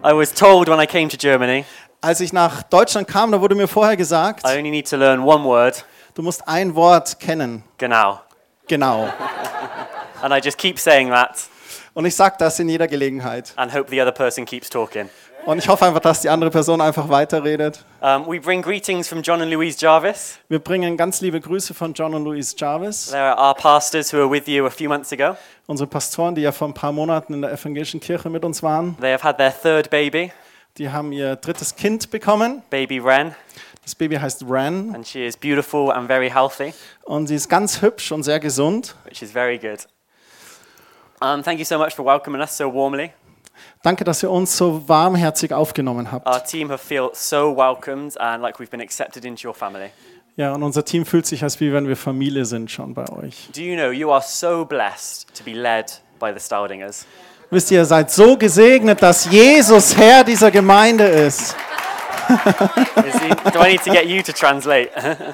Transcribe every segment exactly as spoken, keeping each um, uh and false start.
I was told when I came to Germany, Als ich nach Deutschland kam, da wurde mir vorher gesagt, I only need to learn one word. du musst ein Wort kennen. Genau. Genau. And I just keep saying that Und ich sage das in jeder Gelegenheit. and hope the other person keeps talking. Und ich hoffe einfach, dass die andere Person einfach weiterredet. Um, we bring greetings from John and Louise Jarvis. Wir bringen ganz liebe Grüße von John und Louise Jarvis, They're our pastors who were with you a few months ago. unsere Pastoren, die ja vor ein paar Monaten in der evangelischen Kirche mit uns waren. They have had their third baby, Die haben ihr drittes Kind bekommen. baby Ren, Das Baby heißt Ren and she is beautiful and very healthy, und sie ist ganz hübsch und sehr gesund. which is very good. Um, thank you so much for welcoming us so warmly. Danke, dass ihr uns so warmherzig aufgenommen habt. Our team have felt so welcomed and like we've been accepted into your family. Ja, und unser Team fühlt sich, als wie wenn wir Familie sind schon bei euch. Do you know you are so blessed to be led by the Staudingers? Wisst ihr, ihr seid so gesegnet, dass Jesus Herr dieser Gemeinde ist. Is he, do I need to get you to translate?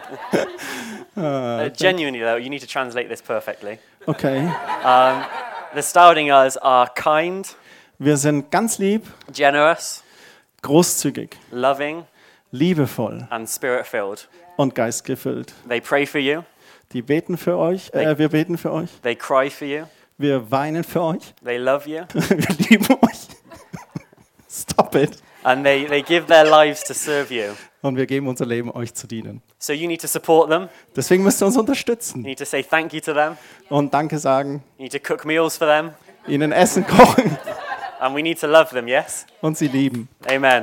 Uh, genuinely though, you need to translate this perfectly. Okay. Um, the Staudingers are kind, Wir sind ganz lieb, generous, großzügig, loving, liebevoll and spirit-filled. und geistgefüllt. They pray for you, Die beten für euch, äh, wir beten für euch, they cry for you, wir weinen für euch, they love you, wir lieben euch. Stop it. and they, they give their lives to serve you. Und wir geben unser Leben, euch zu dienen. So you need to support them, Deswegen müsst ihr uns you unterstützen need to say thank you to them, und Danke sagen, you need to cook meals for them, ihnen Essen kochen and we need to love them, yes? und sie lieben. Amen.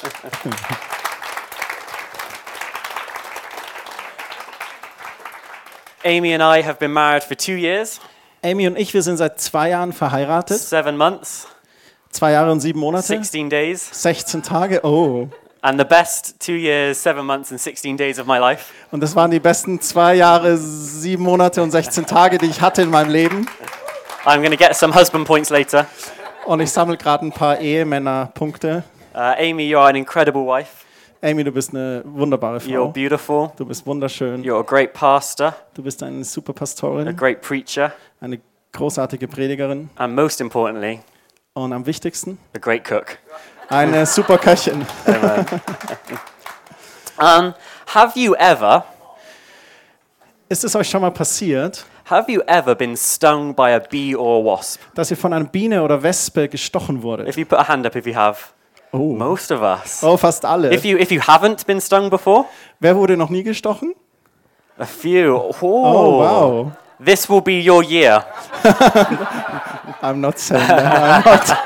Amy and I have been married for two years, Amy und ich, wir sind seit zwei Jahren verheiratet. seven months, Zwei Jahre und sieben Monate. sixteen days, sechzehn Tage. Oh. and the best two years, seven months, and sixteen days of my life. Und das waren die besten zwei Jahre, sieben Monate und sechzehn Tage, die ich hatte in meinem Leben. I'm going to get some husband points later. Und ich sammle gerade ein paar Ehemännerpunkte. Uh, Amy, you are an incredible wife. Amy, du bist eine wunderbare You're Frau. beautiful. Du bist wunderschön. You're a great pastor, Du bist eine super a Pastorin, great preacher, eine großartige Predigerin and most importantly, und am wichtigsten a great cook. eine super Köchin. Amen. um, have you ever, Ist es euch schon mal passiert, have you ever been stung by a bee or a wasp? dass ihr von einer Biene oder Wespe gestochen wurdet? If you put a hand up, if you have. Oh, Most of us. oh fast alle. If you if you haven't been stung before, Wer wurde noch nie gestochen? a few. Oh, Oh, wow. This will be your year. I'm not saying that. I'm not.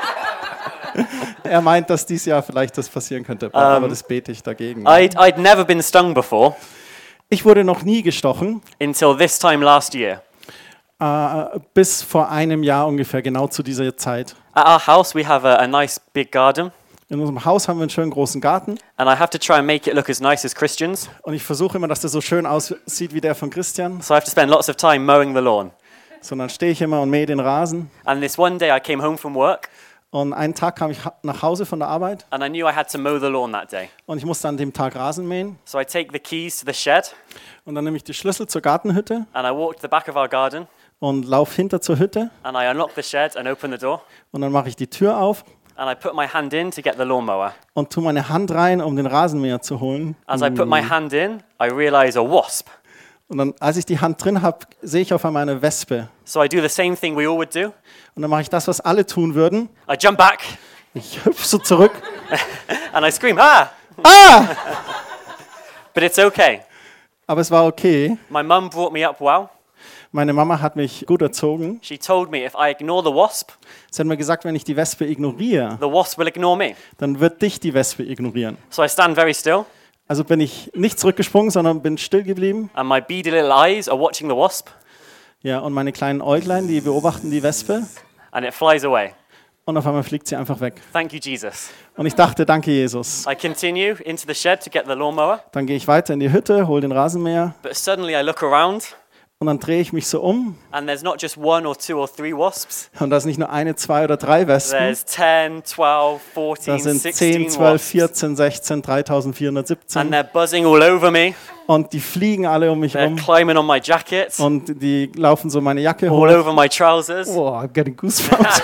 Er meint, dass dieses Jahr vielleicht das passieren könnte, aber das bete ich dagegen. I'd I'd never been stung before Ich wurde noch nie gestochen, until this time last year. äh, bis vor einem Jahr ungefähr, genau zu dieser Zeit. At our house, we have a, a nice big garden, In unserem Haus haben wir einen schönen großen Garten and I have to try and make it look as nice as Christians. und ich versuche immer, dass der so schön aussieht wie der von Christian. So I have to spend lots of time mowing the lawn. So, dann stehe ich immer und mähe den Rasen. And this one day, I came home from work, Und einen Tag kam ich ha- nach Hause von der Arbeit and I knew I had to mow the lawn that day. und ich musste an dem Tag Rasen mähen. So I take the keys to the shed, Und dann nehme ich die Schlüssel zur Gartenhütte and I walk to the back of our garden, und laufe hinter zur Hütte. and I unlock the shed and open the door, Und dann mache ich die Tür auf and I put my hand in to get the lawnmower. und tue meine Hand rein, um den Rasenmäher zu holen. As I put my hand in, I realize a wasp. Und dann, als ich die Hand drin habe, sehe ich auf einmal eine Wespe. So I do the same thing we all would do. Und dann mache ich das, was alle tun würden. I jump back, Ich hüpfe so zurück. and I scream, ah! Ah! But it's okay. Aber es war okay. My mum brought me up well. Meine Mama hat mich gut erzogen. She told me if I ignore the wasp, Sie hat mir gesagt, wenn ich die Wespe ignoriere, the wasp will ignore me. dann wird dich die Wespe ignorieren. So I stand very still, Also bin ich nicht zurückgesprungen, sondern bin still geblieben. and my beady little eyes are watching the wasp, Ja, und meine kleinen Äuglein, die beobachten die Wespe. and it flies away. Und auf einmal fliegt sie einfach weg. Thank you, Jesus. Und ich dachte, danke Jesus. I continue into the shed to get the lawnmower, Dann gehe ich weiter in die Hütte, hole den Rasenmäher but suddenly I look around, und dann drehe ich mich so um. and there's not just one or two or three wasps. Und da ist nicht nur eine, zwei oder drei Wespen. There's ten, twelve, Da fourteen, sind sixteen zehn, zwölf, wasps, vierzehn, sechzehn, and dreitausendvierhundertsiebzehn. they're buzzing all over me. Und die fliegen alle um mich They're rum. climbing on my jacket, Und die laufen so meine Jacke all hoch. over my trousers. Oh, I'm getting goosebumps.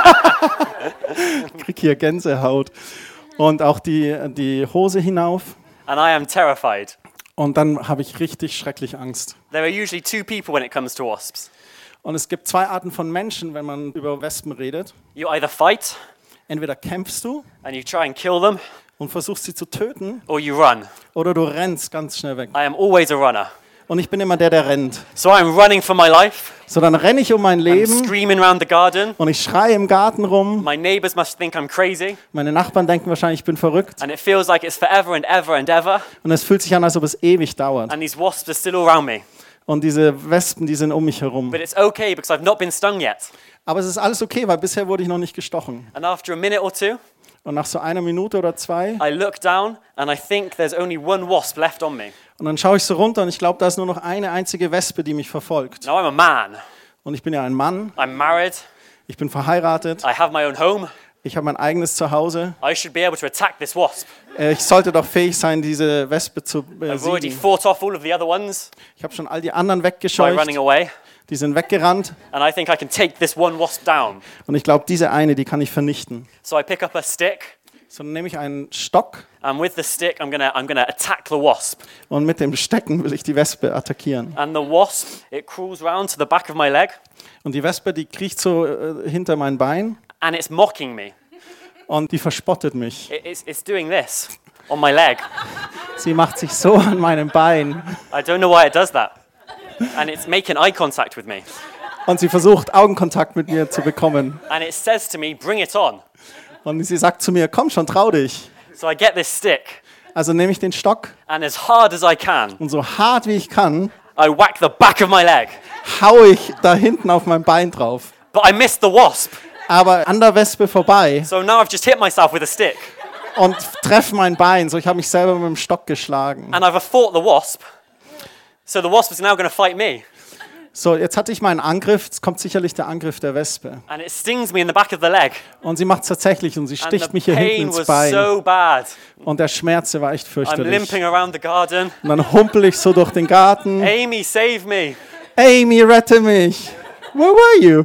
Ich krieg hier Gänsehaut. Und auch die, die Hose hinauf. And I am terrified. Und dann habe ich richtig schrecklich Angst. There are usually two people when it comes to wasps. Und es gibt zwei Arten von Menschen, wenn man über Wespen redet. You either fight Entweder kämpfst du and you try and kill them, und versuchst sie zu töten, or you run. oder du rennst ganz schnell weg. I am always a runner. Und ich bin immer der, der rennt. So I'm running for my life. So, dann renne ich um mein I'm Leben screaming around the garden. und ich schreie im Garten rum. My neighbors must think I'm crazy. Meine Nachbarn denken wahrscheinlich, ich bin verrückt. And it feels like it's forever and ever and ever. Und es fühlt sich an, als ob es ewig dauert. And these wasps are still around me. Und diese Wespen, die sind um mich herum. But it's okay because I've not been stung yet. Aber es ist alles okay, weil bisher wurde ich noch nicht gestochen. And after a minute or two, Und nach so einer Minute oder zwei, I look down and I think there's only one wasp left on me. und dann schaue ich so runter und ich glaube, da ist nur noch eine einzige Wespe, die mich verfolgt. Now I'm a man. Und ich bin ja ein Mann, I'm married. ich bin verheiratet, I have my own home. ich habe mein eigenes Zuhause. I should be able to attack this wasp. Äh, Ich sollte doch fähig sein, diese Wespe zu I've already besiegen. fought off all of the other ones Ich habe schon all die anderen by weggescheucht, running away. die sind weggerannt. And I think I can take this one wasp down. Und ich glaube, diese eine, die kann ich vernichten. So I pick up a stick. So, dann nehme ich einen Stock And with the stick, I'm gonna, I'm gonna attack the wasp. und mit dem Stecken will ich die Wespe attackieren. And the wasp, it crawls round to the back of my leg. Und die Wespe, die kriecht so äh, hinter mein Bein And it's mocking me. und die verspottet mich. It, it's, it's doing this on my leg. Sie macht sich so an meinem Bein I don't know why it does that. And it's making eye contact with me. und sie versucht, Augenkontakt mit mir zu bekommen. And it says to me, bring it on. Und sie sagt zu mir, komm schon, trau dich. So I get this stick. Also nehme ich den Stock And as hard as I can, und so hart wie ich kann, I whack the back of my leg. hau ich da hinten auf mein Bein drauf. But I missed the wasp. Aber an der Wespe vorbei So now I've just hit myself with a stick. und treffe mein Bein. So, ich habe mich selber mit dem Stock geschlagen. And I've fought the wasp. So the wasp is now going to fight me. So, jetzt hatte ich meinen Angriff. Jetzt kommt sicherlich der Angriff der Wespe. And it stings me in the back of the leg. Und sie macht es tatsächlich und sie And sticht the mich hier hinten pain ins was Bein. so bad. Und der Schmerz, der war echt I'm fürchterlich. limping around the garden. Und dann humpel ich so durch den Garten. Amy, save me. Amy, rette mich. Where were you?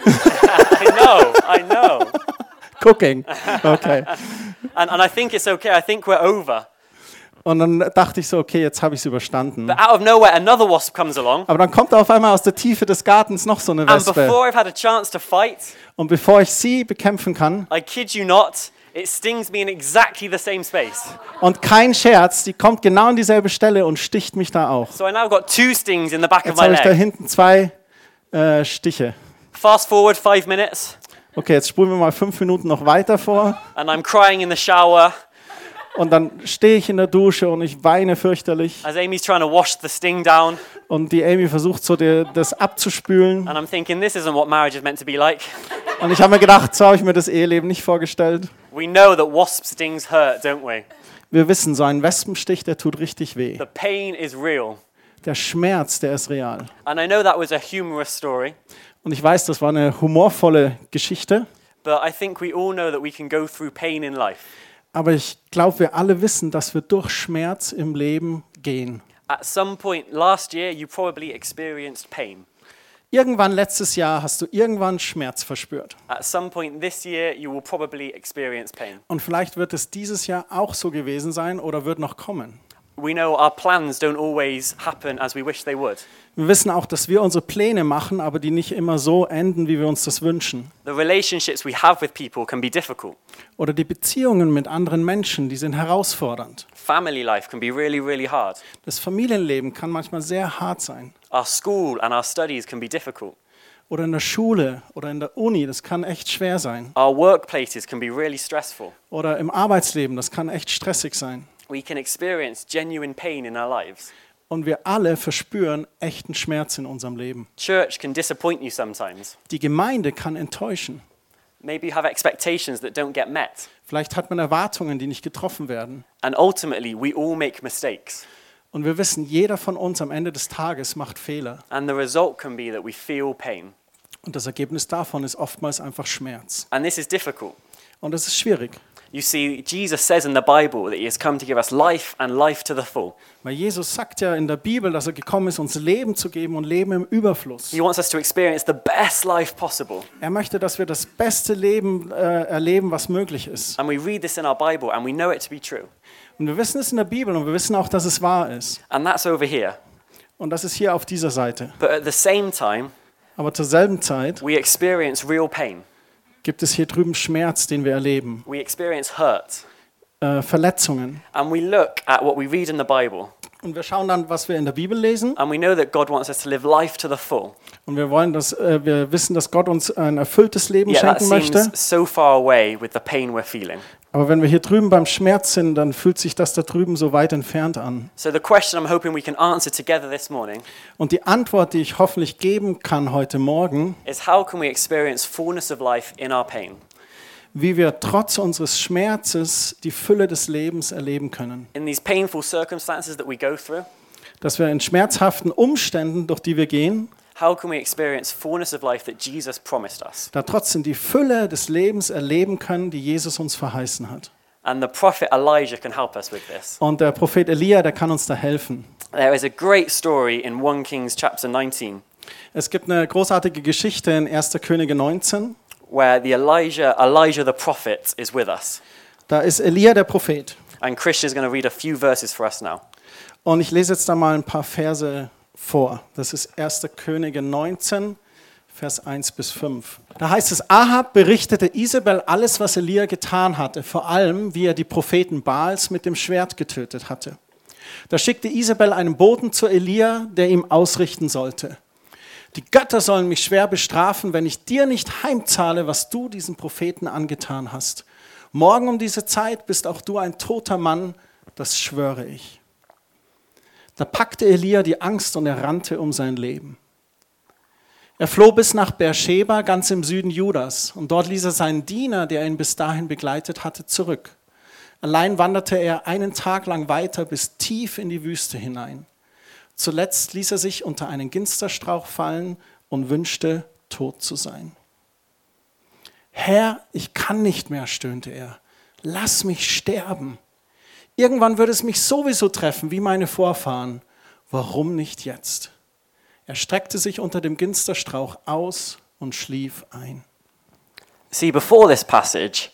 I know, I know. Cooking. Okay. And, and I think it's okay. I think we're over. Und dann dachte ich so, okay, jetzt habe ich es überstanden. But out of nowhere, another wasp comes along. Aber dann kommt auf einmal aus der Tiefe des Gartens noch so eine And Wespe. before I've had a chance to fight, Und bevor ich sie bekämpfen kann, I kid you not, it stings me in exactly the same space. und kein Scherz, die kommt genau an dieselbe Stelle und sticht mich da auch. So I now got two stings in the back of Jetzt my habe ich da leg. hinten zwei äh, Stiche. Fast forward five minutes, Okay, jetzt spulen wir mal fünf Minuten noch weiter vor. and I'm crying in the shower Und dann stehe ich in der Dusche und ich weine fürchterlich. as Amy's trying to wash the sting down. Und die Amy versucht so die, das abzuspülen. And I'm thinking, this isn't what marriage is meant to be like. Und ich habe mir gedacht, so habe ich mir das Eheleben nicht vorgestellt. We know that wasp stings hurt, don't we? Wir wissen, so ein Wespenstich, der tut richtig weh. The pain is real. Der Schmerz, der ist real. And I know that was a humorous story, Und ich weiß, das war eine humorvolle Geschichte. but I think we all know that we can go through pain in life. Aber ich glaube, wir alle wissen, dass wir durch Schmerz im Leben gehen. At some point last year, you probably experienced pain. Irgendwann letztes Jahr hast du irgendwann Schmerz verspürt. At some point this year, you will probably experience pain. Und vielleicht wird es dieses Jahr auch so gewesen sein oder wird noch kommen. We know our plans don't always happen as we wish they would. Wir wissen auch, dass wir unsere Pläne machen, aber die nicht immer so enden, wie wir uns das wünschen. The relationships we have with people can be difficult. Oder die Beziehungen mit anderen Menschen, die sind herausfordernd. Family life can be really, really hard. Das Familienleben kann manchmal sehr hart sein. Our school and our studies can be difficult. Oder in der Schule oder in der Uni, das kann echt schwer sein. Our workplaces can be really stressful. Oder im Arbeitsleben, das kann echt stressig sein. We can experience genuine pain in our lives. Und wir alle verspüren echten Schmerz in unserem Leben. Church can disappoint you sometimes. Die Gemeinde kann enttäuschen. Maybe you have expectations that don't get met. Vielleicht hat man Erwartungen, die nicht getroffen werden. And ultimately, we all make mistakes. Und wir wissen, jeder von uns am Ende des Tages macht Fehler. And the result can be that we feel pain. Und das Ergebnis davon ist oftmals einfach Schmerz. And this is difficult. Und das ist schwierig. You see, Jesus says in the Bible that he has come to give us life and life to the full. Weil Jesus sagt ja in der Bibel, dass er gekommen ist, uns Leben zu geben und Leben im Überfluss. He wants us to experience the best life possible. Er möchte, dass wir das beste Leben äh, erleben, was möglich ist. And we read this in our Bible and we know it to be true. Und wir wissen es in der Bibel und wir wissen auch, dass es wahr ist. And that's over here. Und das ist hier auf dieser Seite. But at the same time, Aber zur selben Zeit we experience real pain. gibt es hier drüben Schmerz, den wir erleben, We experience hurt. äh, Verletzungen. And we look at what we read in the Bible. Und wir schauen dann, was wir in der Bibel lesen. And we know that God wants us to live life to the full. Und wir wollen, dass äh, wir wissen, dass Gott uns ein erfülltes Leben Yet that schenken möchte. seems so far away with the pain we're feeling. Aber wenn wir hier drüben beim Schmerz sind, dann fühlt sich das da drüben so weit entfernt an. So the question I'm hoping we can answer together this morning Und die Antwort, die ich hoffentlich geben kann heute Morgen, is how can we experience fullness of life in our pain? wie wir trotz unseres Schmerzes die Fülle des Lebens erleben können. In these painful circumstances that we go through, Dass wir in schmerzhaften Umständen, durch die wir gehen, how can we experience fullness of life that Jesus promised us? da trotzdem die Fülle des Lebens erleben können, die Jesus uns verheißen hat. And the prophet Elijah can help us with this. Und der Prophet Elia, der kann uns da helfen. There is a great story in First Kings chapter nineteen Es gibt eine großartige Geschichte in erster Könige neunzehn. where the Elijah, Elijah the prophet is with us. Da ist Elia der Prophet. And Christian is going to read a few verses for us now. Und ich lese jetzt da mal ein paar Verse vor. Das ist erster Könige neunzehn, Vers eins bis fünf. Da heißt es, Ahab berichtete Isabel alles, was Elia getan hatte, vor allem, wie er die Propheten Baals mit dem Schwert getötet hatte. Da schickte Isabel einen Boten zu Elia, der ihm ausrichten sollte: Die Götter sollen mich schwer bestrafen, wenn ich dir nicht heimzahle, was du diesen Propheten angetan hast. Morgen um diese Zeit bist auch du ein toter Mann, das schwöre ich. Da packte Elia die Angst und er rannte um sein Leben. Er floh bis nach Beersheba, ganz im Süden Judas, und dort ließ er seinen Diener, der ihn bis dahin begleitet hatte, zurück. Allein wanderte er einen Tag lang weiter bis tief in die Wüste hinein. Zuletzt ließ er sich unter einen Ginsterstrauch fallen und wünschte, tot zu sein. Herr, ich kann nicht mehr, stöhnte er. Lass mich sterben. Irgendwann würde es mich sowieso treffen, wie meine Vorfahren. Warum nicht jetzt? Er streckte sich unter dem Ginsterstrauch aus und schlief ein. See, before this passage,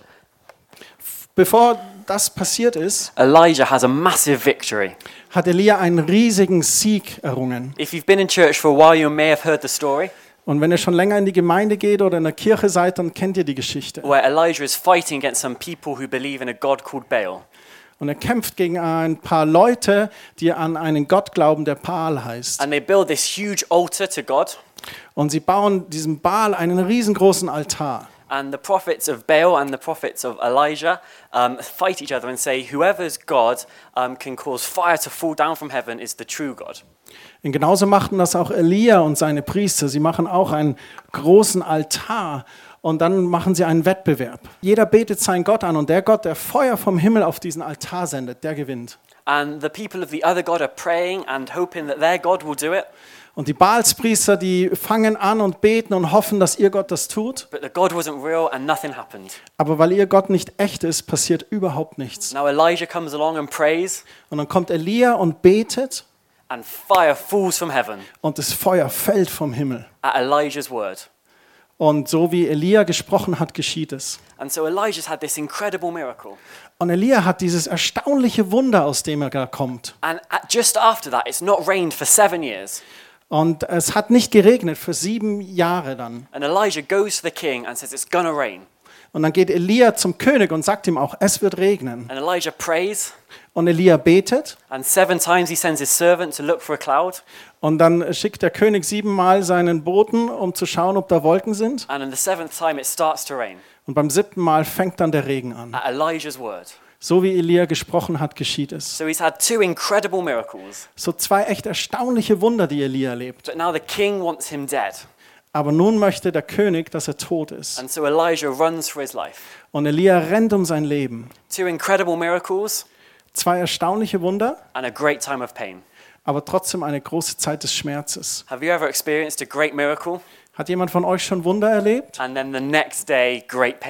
Bevor das passiert ist, Elijah has a massive victory. hat Elia einen riesigen Sieg errungen. If you've been in church for a while, you may have heard the story Und wenn ihr schon länger in die Gemeinde geht oder in der Kirche seid, dann kennt ihr die Geschichte. where Elijah is fighting against some people who believe in a God called Baal. Und er kämpft gegen ein paar Leute, die an einen Gott glauben, der Baal heißt. And they build this huge altar to God. Und sie bauen diesem Baal einen riesengroßen Altar. And the prophets of Baal and the prophets of Elijah um, fight each other and say, whoever's God um, can cause fire to fall down from heaven is the true God. Und genauso machten das auch Elia und seine Priester. Sie machen auch einen großen Altar und dann machen sie einen Wettbewerb. Jeder betet seinen Gott an und der Gott, der Feuer vom Himmel auf diesen Altar sendet, der gewinnt. And the people of the other God are praying and hoping that their God will do it. Und die Baalspriester, die fangen an und beten und hoffen, dass ihr Gott das tut. But the God wasn't real and nothing happened. Aber weil ihr Gott nicht echt ist, passiert überhaupt nichts. Now Elijah comes along and prays, Und dann kommt Elia und betet and fire falls from heaven und das Feuer fällt vom Himmel. at Elijah's word. Und so wie Elia gesprochen hat, geschieht es. And so Elijah's had this incredible miracle. Und Elia hat dieses erstaunliche Wunder, aus dem er da kommt. And at, just after that, it's not rained for seven years. Und es hat nicht geregnet für sieben Jahre dann. And Elijah goes to the king and says, it's gonna rain. Und dann geht Elia zum König und sagt ihm auch, es wird regnen. And Elijah prays, Und Elia betet and seven times he sends his servant to look for a cloud. und dann schickt der König siebenmal seinen Boten, um zu schauen, ob da Wolken sind. And in the seventh time, it starts to rain Und beim siebten Mal fängt dann der Regen an. at Elijah's word. So wie Elia gesprochen hat, geschieht es. So he's had two incredible miracles. So zwei echt erstaunliche Wunder, die Elia erlebt. But now the king wants him dead. Aber nun möchte der König, dass er tot ist. And so Elijah runs for his life. Und Elia rennt um sein Leben. Two incredible miracles Zwei erstaunliche Wunder, and a great time of pain. aber trotzdem eine große Zeit des Schmerzes. Have you ever experienced a great miracle Hat jemand von euch schon Wunder erlebt? and then the next day, great pain?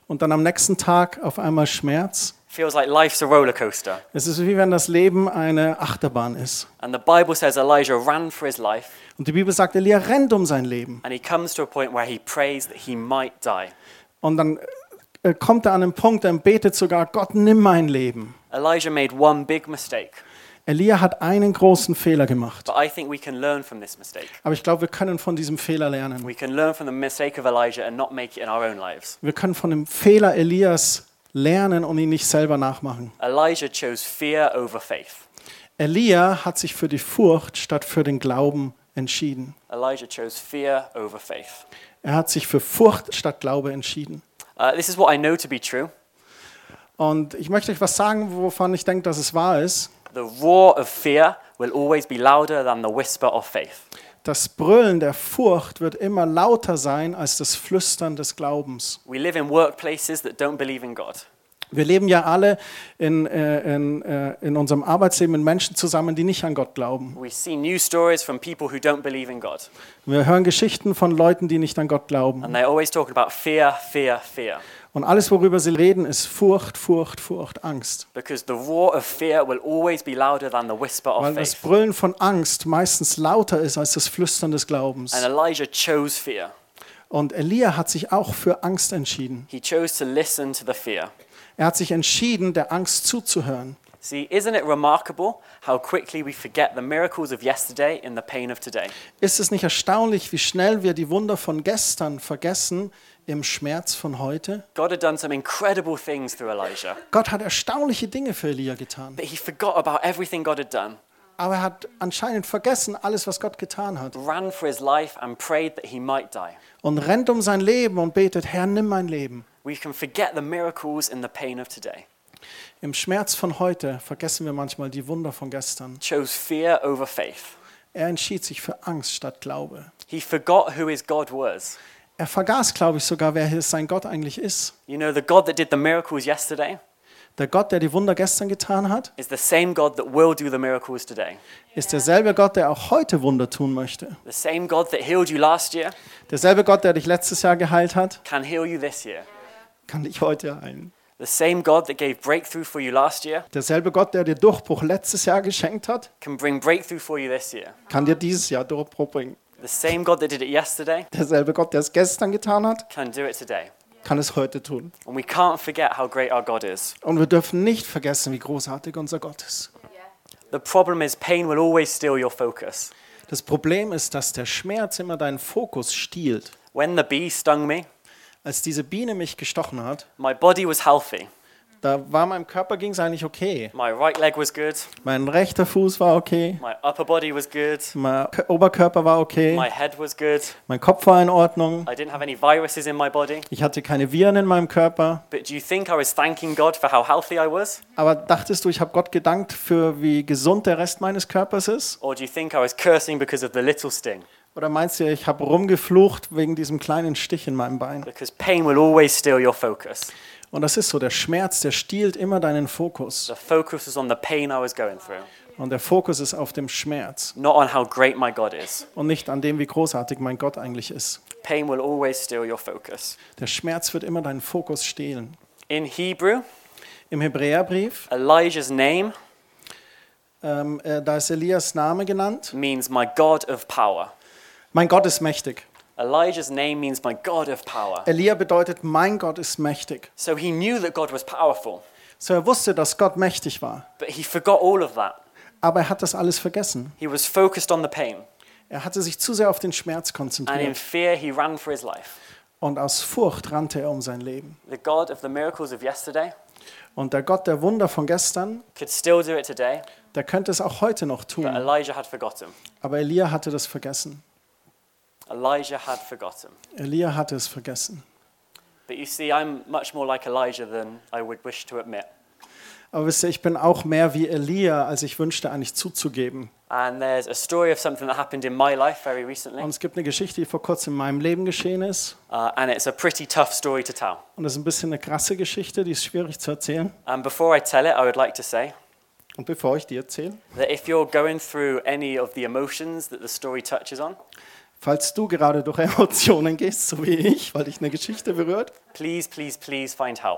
und dann am nächsten Tag auf einmal Schmerz. Feels like life's a roller coaster. Es ist wie wenn das Leben eine Achterbahn ist. And the Bible says Elijah ran for his life, Und die Bibel sagt, Elia rennt um sein Leben. and he comes to a point where he prays that he might die. Und dann äh, kommt er an einen Punkt, er betet sogar, Gott, nimm mein Leben. Elijah made one big mistake, Elia hat einen großen Fehler gemacht. but I think we can learn from this mistake. Aber ich glaube, wir können von diesem Fehler lernen. We can learn from the mistake of Elijah and not make it in our own lives. Wir können von dem Fehler Elias lernen und ihn nicht selber nachmachen. Elijah chose fear over faith. Elia hat sich für die Furcht statt für den Glauben entschieden. Elijah chose fear over faith. Er hat sich für Furcht statt Glaube entschieden. Uh, this is what I know to be true. Und ich möchte euch was sagen, wovon ich denke, dass es wahr ist. The roar of fear will always be louder than the whisper of faith. Das Brüllen der Furcht wird immer lauter sein als das Flüstern des Glaubens. We live in workplaces that don't believe in God. Wir leben ja alle in, äh, in, äh, in unserem Arbeitsleben mit Menschen zusammen, die nicht an Gott glauben. We see news stories from people who don't believe in God. Wir hören Geschichten von Leuten, die nicht an Gott glauben. And they're always talking about fear, fear, fear. Und alles, worüber sie reden, ist Furcht, Furcht, Furcht, Angst. Because the roar of fear will always be louder than the whisper of Weil das faith. Brüllen von Angst meistens lauter ist als das Flüstern des Glaubens. And Elijah chose fear. Und Elia hat sich auch für Angst entschieden. He chose to listen to the fear. Er hat sich entschieden, der Angst zuzuhören. See, isn't it remarkable how quickly we forget the miracles of yesterday in the pain of today? Ist es nicht erstaunlich, wie schnell wir die Wunder von gestern vergessen im Schmerz von heute? God had done some incredible things through Elijah, Gott hat erstaunliche Dinge für Elia getan. but he forgot about everything God had done, Aber er hat anscheinend vergessen, alles, was Gott getan hat. ran for his life and prayed that he might die. Und rennt um sein Leben und betet, Herr, nimm mein Leben. We can forget the miracles in the pain of today. Im Schmerz von heute vergessen wir manchmal die Wunder von gestern. Chose fear over faith. Er entschied sich für Angst statt Glaube. He forgot who his God was. Er vergaß, glaube ich, sogar, wer sein Gott eigentlich ist. You know, the God that did the miracles yesterday Der Gott, der die Wunder gestern getan hat, is the same God that will do the miracles today. ist derselbe Gott, der auch heute Wunder tun möchte. The same God that healed you last year Derselbe Gott, der dich letztes Jahr geheilt hat, can heal you this year. kann dich heute heilen. The same God that gave breakthrough for you last year Derselbe Gott, der dir Durchbruch letztes Jahr geschenkt hat, can bring breakthrough for you this year. kann dir dieses Jahr Durchbruch bringen. The same God that did it yesterday Derselbe Gott, der es gestern getan hat, can do it today. kann es heute tun. And we can't forget how great our God is. Und wir dürfen nicht vergessen, wie großartig unser Gott ist. The problem is pain will always steal your focus. Das Problem ist, dass der Schmerz immer deinen Fokus stiehlt. When the bee stung me, Als diese Biene mich gestochen hat, my body was healthy. da war meinem Körper ging's eigentlich okay. My right leg was good. Mein rechter Fuß war okay, My upper body was good. mein K- Oberkörper war okay, My head was good. mein Kopf war in Ordnung, I didn't have any viruses in my body. ich hatte keine Viren in meinem Körper. But do you think I was thanking God for how healthy I was? Aber dachtest du, ich habe Gott gedankt für wie gesund der Rest meines Körpers ist? Or do you think I was cursing because of the little sting? Oder meinst du, ich habe rumgeflucht wegen diesem kleinen Stich in meinem Bein? Because pain will always steal your focus. Und das ist so, der Schmerz, der stiehlt immer deinen Fokus. The focus was on the pain I was going through, Und der Fokus ist auf dem Schmerz not on how great my God is. und nicht an dem, wie großartig mein Gott eigentlich ist. Pain will always steal your focus. Der Schmerz wird immer deinen Fokus stehlen. In Hebrew, Im Hebräerbrief, Elijah's name ähm, äh, da ist Elias Name genannt. means my God of power. Mein Gott ist mächtig. Elijah's name means my God of power. Elia bedeutet, mein Gott ist mächtig. So he knew that God was powerful, So er wusste, dass Gott mächtig war. but he forgot all of that. Aber er hat das alles vergessen. He was focused on the pain, Er hatte sich zu sehr auf den Schmerz and in konzentriert. fear he ran for his life. Und aus Furcht rannte er um sein Leben. The God of the miracles of yesterday Und der Gott der Wunder von gestern, could still do it today, der könnte es auch heute noch but tun. Elijah had forgotten. Aber Elia hatte das vergessen. Elijah had forgotten. Elia hatte es vergessen. But you see, I'm much more like Elijah than I would wish to admit. Aber wisst ihr, ich bin auch mehr wie Elia, als ich wünschte eigentlich zuzugeben. And there's a story of something that happened in my life very recently, Und es gibt eine Geschichte, die vor kurzem in meinem Leben geschehen ist. uh, and it's a pretty tough story to tell. Und das ist ein bisschen eine krasse Geschichte, die ist schwierig zu erzählen. And before I tell it, I would like to say Und bevor ich die erzähle, that if you're going through any of the emotions that the story touches on, Falls du gerade durch Emotionen gehst, so wie ich, weil dich eine Geschichte berührt, please, please, please find help.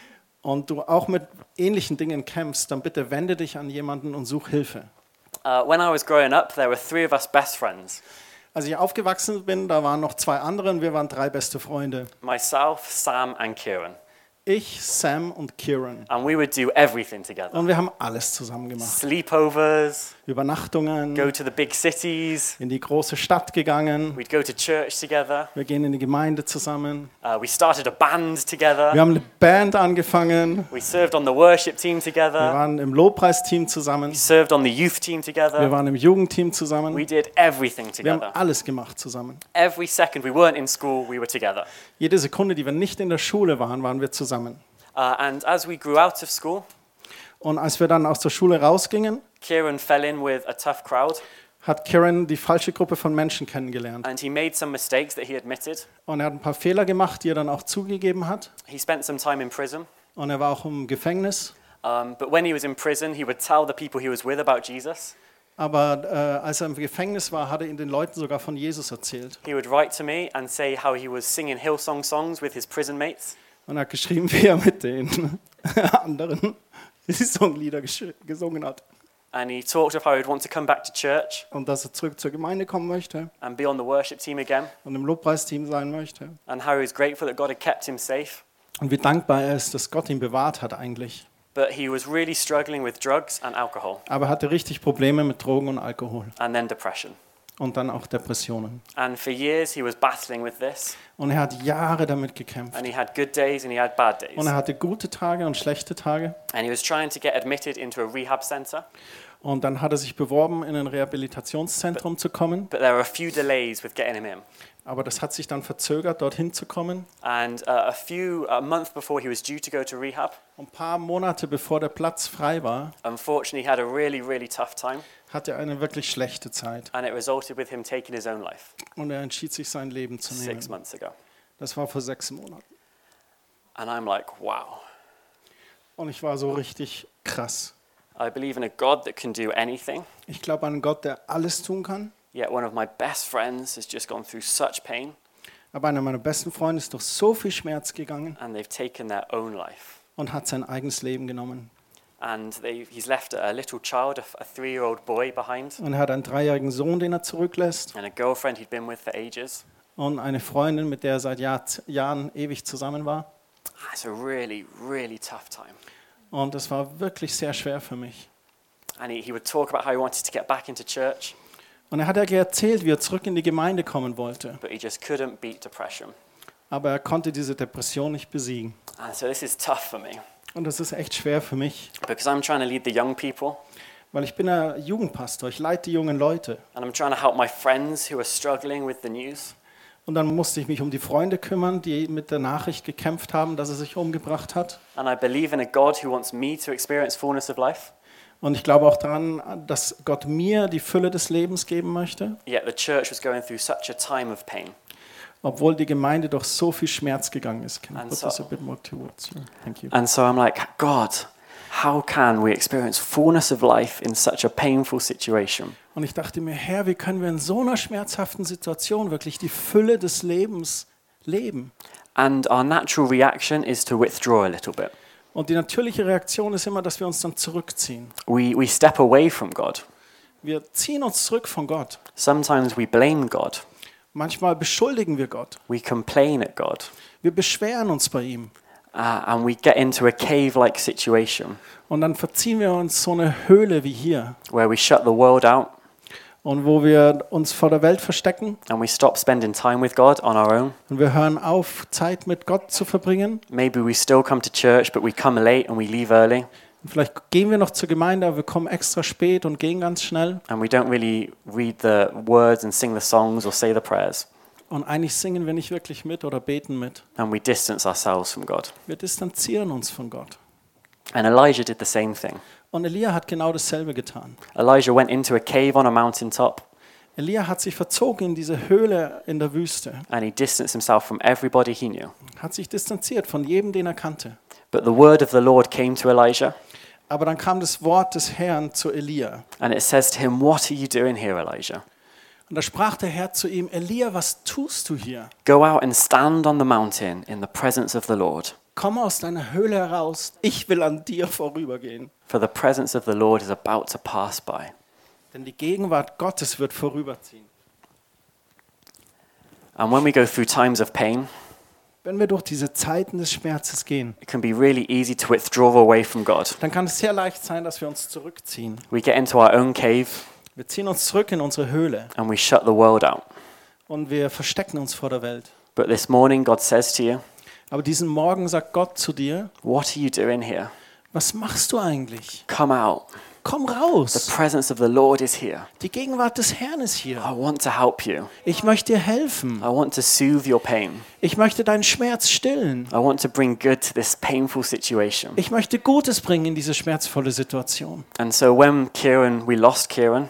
und du auch mit ähnlichen Dingen kämpfst, dann bitte wende dich an jemanden und such Hilfe. Uh, when I was growing up, there were three of us best friends. Als ich aufgewachsen bin, da waren noch zwei andere und wir waren drei beste Freunde. Myself, Sam, and Kieran. Ich, Sam und Kieran. And we would do everything together. Und wir haben alles zusammen gemacht. Sleepovers, Übernachtungen, go to the big cities, in die große Stadt gegangen. we'd go to church together, Wir gehen in die Gemeinde zusammen. uh, we started a band together, Wir haben eine Band angefangen. we served on the worship team Wir together, waren im Lobpreisteam zusammen. we served on the youth team Wir together, waren im Jugendteam zusammen. we did everything Wir haben together. alles gemacht zusammen. Every second we weren't in school, we were together. Jede Sekunde, die wir nicht in der Schule waren, waren wir zusammen. Uh, and as we grew out of school, Und als wir dann aus der Schule rausgingen, Kieran fell in with a tough crowd, hat Kieran die falsche Gruppe von Menschen kennengelernt. and he made some mistakes that he admitted. Und er hat ein paar Fehler gemacht, die er dann auch zugegeben hat. He spent some time in prison. Und er war auch im Gefängnis. Um, but when he was in prison, he would tell the people he was with about Jesus. Aber äh, als er im Gefängnis war, hat er ihn den Leuten sogar von Jesus erzählt. He would write to me and say how he was singing Hillsong songs with his prison mates. Und er hat geschrieben, wie er mit den anderen Songlieder gesch- gesungen hat. And he talked of how he'd want to come back to church Und dass er zurück zur Gemeinde kommen möchte and be on the worship team again. und im Lobpreisteam sein möchte. And how he was grateful that God had kept him safe. Und wie dankbar er ist, dass Gott ihn bewahrt hat eigentlich. But he was really struggling with drugs and alcohol Aber er hatte richtig Probleme mit Drogen und Alkohol. and then depression. Und dann auch Depressionen. And for years he was battling with this. Und er hat Jahre damit gekämpft. And he had good days and he had bad days. Und er hatte gute Tage und schlechte Tage. And he was trying to get admitted into a rehab center. Und dann hat er sich beworben, in ein Rehabilitationszentrum zu kommen. But there were a few delays with getting him in. Aber das hat sich dann verzögert, dorthin zu kommen. And uh, a few, a month before he was due to go to rehab, Und ein paar Monate bevor der Platz frei war, unfortunately he had a really, really tough time. hatte er eine wirklich schlechte Zeit. And it resulted with him taking his own life Und er entschied sich, sein Leben zu nehmen. six months ago. Das war vor sechs Monaten. And I'm like, wow. Und ich war so richtig krass. I believe in a God that can do anything. Ich glaube an einen Gott, der alles tun kann. Yet one of my best friends has just gone through such pain Aber einer meiner besten Freunde ist durch so viel Schmerz gegangen and they've taken their own life. und hat sein eigenes Leben genommen. And they, he's left a little child, a, a three-year-old boy behind, Und er hat einen dreijährigen Sohn, den er zurücklässt. and a girlfriend he'd been with for ages. Und eine Freundin, mit der er seit Jahr, Jahren ewig zusammen war. It's a really, really tough time. Und es war wirklich sehr schwer für mich. And he, he would talk about how he wanted to get back into church, Und er hat ja erzählt, wie er zurück in die Gemeinde kommen wollte. but he just couldn't beat depression. Aber er konnte diese Depression nicht besiegen. And so this is tough for me Und das ist echt schwer für mich, because I'm trying to lead the young people weil ich bin ja Jugendpastor, ich leite die jungen Leute. and I'm trying to help my friends who are struggling with the news. Und dann musste ich mich um die Freunde kümmern, die mit der Nachricht gekämpft haben, dass er sich umgebracht hat. And I believe in a God who wants me to experience fullness of life. Und ich glaube auch daran, dass Gott mir die Fülle des Lebens geben möchte, Yet the church was going through such a time of pain. obwohl die Gemeinde durch so viel Schmerz gegangen ist. Can I And put so- this a bit more towards you? Thank you. And so I'm like, God, how can we experience fullness of life in such a painful situation? Und ich dachte mir, Herr, wie können wir in so einer schmerzhaften Situation wirklich die Fülle des Lebens leben? And our natural reaction is to withdraw a little bit. Und die natürliche Reaktion ist immer, dass wir uns dann zurückziehen. We, we step away from God. Wir ziehen uns zurück von Gott. Sometimes we blame God. Manchmal beschuldigen wir Gott. We complain at God. Wir beschweren uns bei ihm. Uh, and we get into a cave-like situation Und dann verziehen wir uns so eine Höhle wie hier. where we shut the world out Und wo wir uns vor der Welt verstecken. and we stop spending time with God on our own. Und wir hören auf, Zeit mit Gott zu verbringen. Maybe we still come to church, but we come late and we leave early. Und vielleicht gehen wir noch zur Gemeinde, aber wir kommen extra spät und gehen ganz schnell. And we don't really read the words and sing the songs or say the prayers. Und eigentlich singen wir nicht wirklich mit oder beten mit. And we distance ourselves from God. Wir distanzieren uns von Gott. And Elijah did the same thing. Und Elia hat genau dasselbe getan. Elijah went into a cave on a mountaintop Elia hat sich verzogen in diese Höhle in der Wüste. and he distanced himself from everybody he knew. Hat sich distanziert von jedem, den er kannte. But the word of the Lord came to Elijah Aber dann kam das Wort des Herrn zu Elia. and it says to him, "What are you doing here, Elijah?" Und da sprach der Herr zu ihm, Elia, was tust du hier? Go out and stand on the mountain in the presence of the Lord. Komm aus deiner Höhle heraus, ich will an dir vorübergehen. For the presence of the Lord is about to pass by. Denn die Gegenwart Gottes wird vorüberziehen. And when we go through times of pain, Wenn wir durch diese Zeiten des Schmerzes gehen, it can be really easy to withdraw away from God. dann kann es sehr leicht sein, dass wir uns zurückziehen. We get into our own cave Wir ziehen uns zurück in unsere Höhle and we shut the world out. und wir verstecken uns vor der Welt. But this morning, God says to you, Aber diesen Morgen sagt Gott zu dir, what are you doing here? was machst du eigentlich? Come out. Komm The raus. presence of the Lord is here. Die Gegenwart des Herrn ist hier. I want to help you. Ich möchte dir helfen. I want to soothe your pain. Ich möchte deinen Schmerz stillen. I want to bring good to this painful situation. Ich möchte Gutes bringen in diese schmerzvolle Situation. And so when Kieran, we lost Kieran,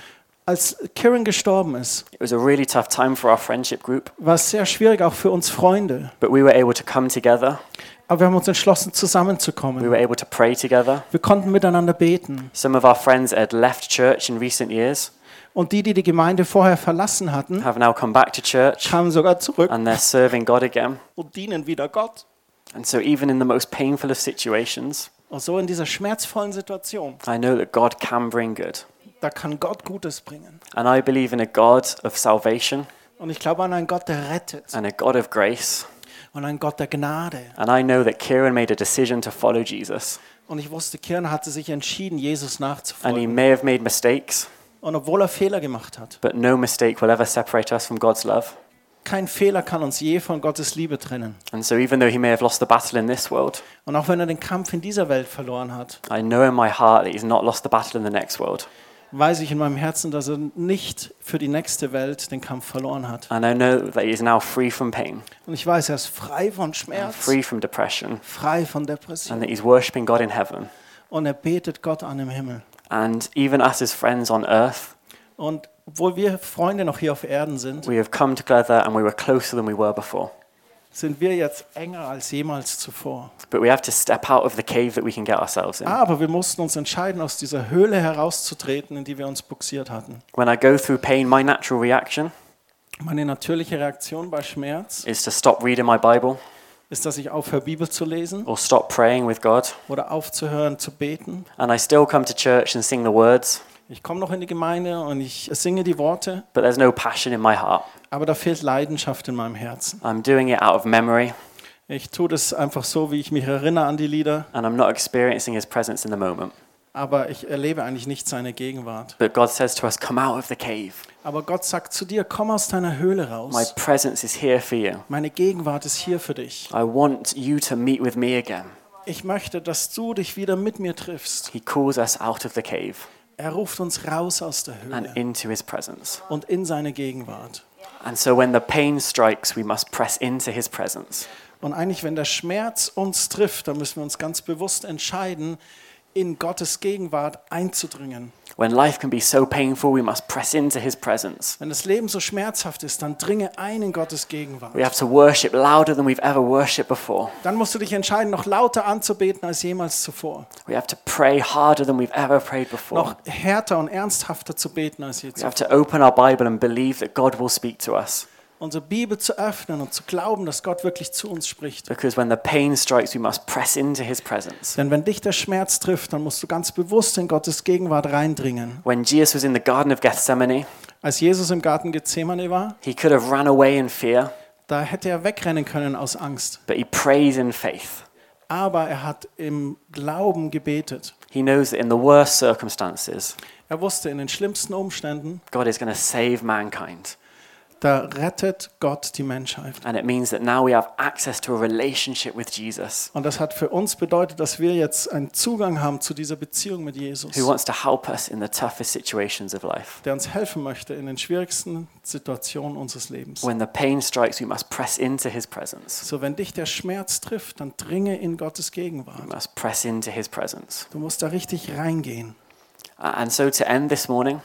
Als Kieran gestorben ist, it was a really tough time for our friendship group, war es sehr schwierig, auch für uns Freunde. but we were able to come together. Aber wir haben uns entschlossen, We zusammenzukommen. were able to pray together. Wir konnten miteinander beten. Some of our friends had left church in recent years, Und die, die die Gemeinde vorher verlassen hatten, have now come back to church, kamen sogar zurück and they're serving God again. und dienen wieder Gott. And so even in the most painful of situations, Und so in dieser schmerzvollen Situation, I know that God can bring good. da kann Gott Gutes bringen. And I believe in a God of salvation Und ich glaube an einen Gott, der rettet. and a God of grace. Und einen Gott der Gnade. And I know that Kieran made a decision to follow Jesus. Und ich wusste, Kieran hatte sich entschieden, Jesus And he nachzufolgen. may have made mistakes, Und obwohl er Fehler gemacht hat, but no mistake will ever separate us from God's love. kein Fehler kann uns je von Gottes Liebe trennen. And so even though he may have lost the battle in this world, Und auch wenn er den Kampf in dieser Welt verloren hat, I know in my heart that he's not lost the battle in the next world. weiß ich in meinem Herzen, dass er nicht für die nächste Welt den Kampf verloren hat. And I know that he is now free from pain, Und ich weiß, er ist frei von and Schmerz, free from depression, frei von and Depression. that he's worshipping God in heaven. Und er betet Gott an im Himmel. And even us as friends on earth, Und obwohl wir Freunde noch hier auf Erden sind, we have come together and we were closer than we were before. sind wir jetzt enger als jemals zuvor. But we have to step out of the cave that we can get ourselves in. Aber wir mussten uns entscheiden, aus dieser Höhle herauszutreten, in die wir uns buxiert hatten. When I go through pain, my natural reaction Meine natürliche Reaktion bei Schmerz is to stop reading my Bible ist, dass ich aufhöre, Bibel zu lesen or stop praying with God. oder aufzuhören zu beten. And I still come to church and sing the words, Ich komme noch in die Gemeinde und ich singe die Worte, but there's no passion in my heart. aber da fehlt Leidenschaft in meinem Herzen. I'm doing it out of memory, Ich tue das einfach so, wie ich mich erinnere an die Lieder, and I'm not experiencing His presence in the moment. aber ich erlebe eigentlich nicht seine Gegenwart. But God says to us, come out of the cave. Aber Gott sagt zu dir, komm aus deiner Höhle My raus. presence is here for you. Meine Gegenwart ist hier für dich. I want you to meet with me again. Ich möchte, dass du dich wieder mit mir triffst. He calls us out of the cave Er ruft uns raus aus der and Höhle into His presence. und in seine Gegenwart. And so when the pain strikes, we must press into His presence. Und eigentlich, wenn der Schmerz uns trifft, dann müssen wir uns ganz bewusst entscheiden, in Gottes Gegenwart einzudringen. When life can be so painful, we must press into His presence. Wenn das Leben so schmerzhaft ist, dann dringe ein in Gottes Gegenwart. We have to worship louder than we've ever worshipped before. Dann musst du dich entscheiden, noch lauter anzubeten als jemals zuvor. We have to pray harder than we've ever prayed before. Noch härter und ernsthafter zu beten als je We have zuvor. to open our Bible and believe that God will speak to us. Unsere Bibel zu öffnen und zu glauben, dass Gott wirklich zu uns spricht. Because when the pain strikes, we must press into His presence. Denn wenn dich der Schmerz trifft, dann musst du ganz bewusst in Gottes Gegenwart reindringen. When Jesus was in the Garden of Gethsemane, Als Jesus im Garten Gethsemane war, He could have run away in fear, da hätte er wegrennen können aus Angst. but He prays in faith. Aber er hat im Glauben gebetet. He knows that in the worst circumstances, Er wusste, in den schlimmsten Umständen, God is going to save mankind. da rettet Gott die Menschheit. And it means that now we have access to a relationship with Jesus, Und das hat für uns bedeutet, dass wir jetzt einen Zugang haben zu dieser Beziehung mit Jesus, who wants to help us in the toughest situations of life. der uns helfen möchte in den schwierigsten Situationen unseres Lebens. When the pain strikes, we must press into His presence. So, wenn dich der Schmerz trifft, dann dringe in Gottes We Gegenwart. must press into His presence. Du musst da richtig reingehen. And so to end this morning,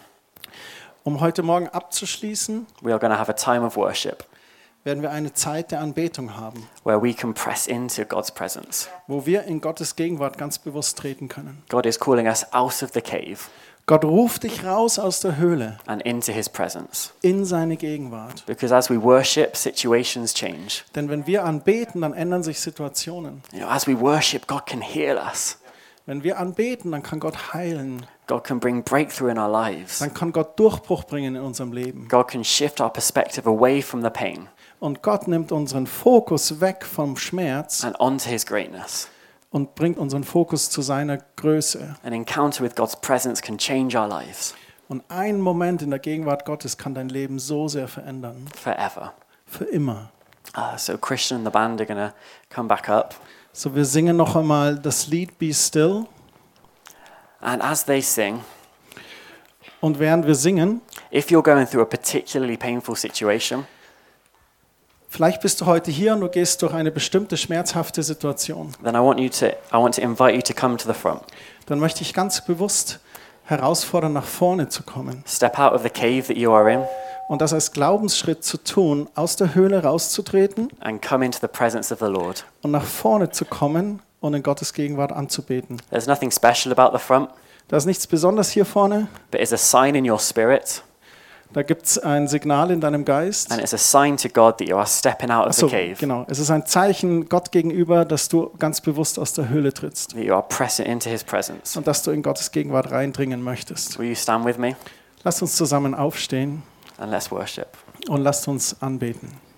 Um heute Morgen abzuschließen, we are going to have a time of worship werden wir eine Zeit der Anbetung haben, where we can press into God's presence. wo wir in Gottes Gegenwart ganz bewusst treten können. God is calling us out of the cave. Gott ruft dich raus aus der Höhle and into his presence. in seine Gegenwart. Because as we worship, situations change. Denn wenn wir anbeten, dann ändern sich Situationen. You know, as we worship, God can heal us. Wenn wir anbeten, dann kann Gott heilen. God can bring breakthrough in our lives. Dann kann Gott Durchbruch bringen in unserem Leben. God can shift our perspective away from the pain Und Gott nimmt unseren Fokus weg vom Schmerz and onto his greatness. und bringt unseren Fokus zu seiner Größe. An encounter with God's presence can change our lives Und ein Moment in der Gegenwart Gottes kann dein Leben so sehr verändern. forever. Für immer. Uh, so Christian and the band are going to come back up. So, wir singen noch einmal das Lied Be Still. And as they sing, Und während wir singen, if you're going through a particularly painful situation, vielleicht bist du heute hier und du gehst durch eine bestimmte schmerzhafte Situation. then I want you to I want to invite you to come to the front. Dann möchte ich ganz bewusst herausfordern, nach vorne zu kommen. Step out of the cave that you are in Und das als Glaubensschritt zu tun, aus der Höhle rauszutreten and come into the presence of the Lord. und nach vorne zu kommen und in Gottes Gegenwart anzubeten. There's nothing special about the front, Da ist nichts Besonderes hier vorne. but it's a sign in your spirit Da gibt es ein Signal in deinem Geist. and it's a sign to God that you are stepping out of the Achso, cave, genau. Es ist ein Zeichen Gott gegenüber, dass du ganz bewusst aus der Höhle trittst that you are pressing into his presence. und dass du in Gottes Gegenwart reindringen möchtest. Will you stand with me Lasst uns zusammen aufstehen and let's worship? und lasst uns anbeten.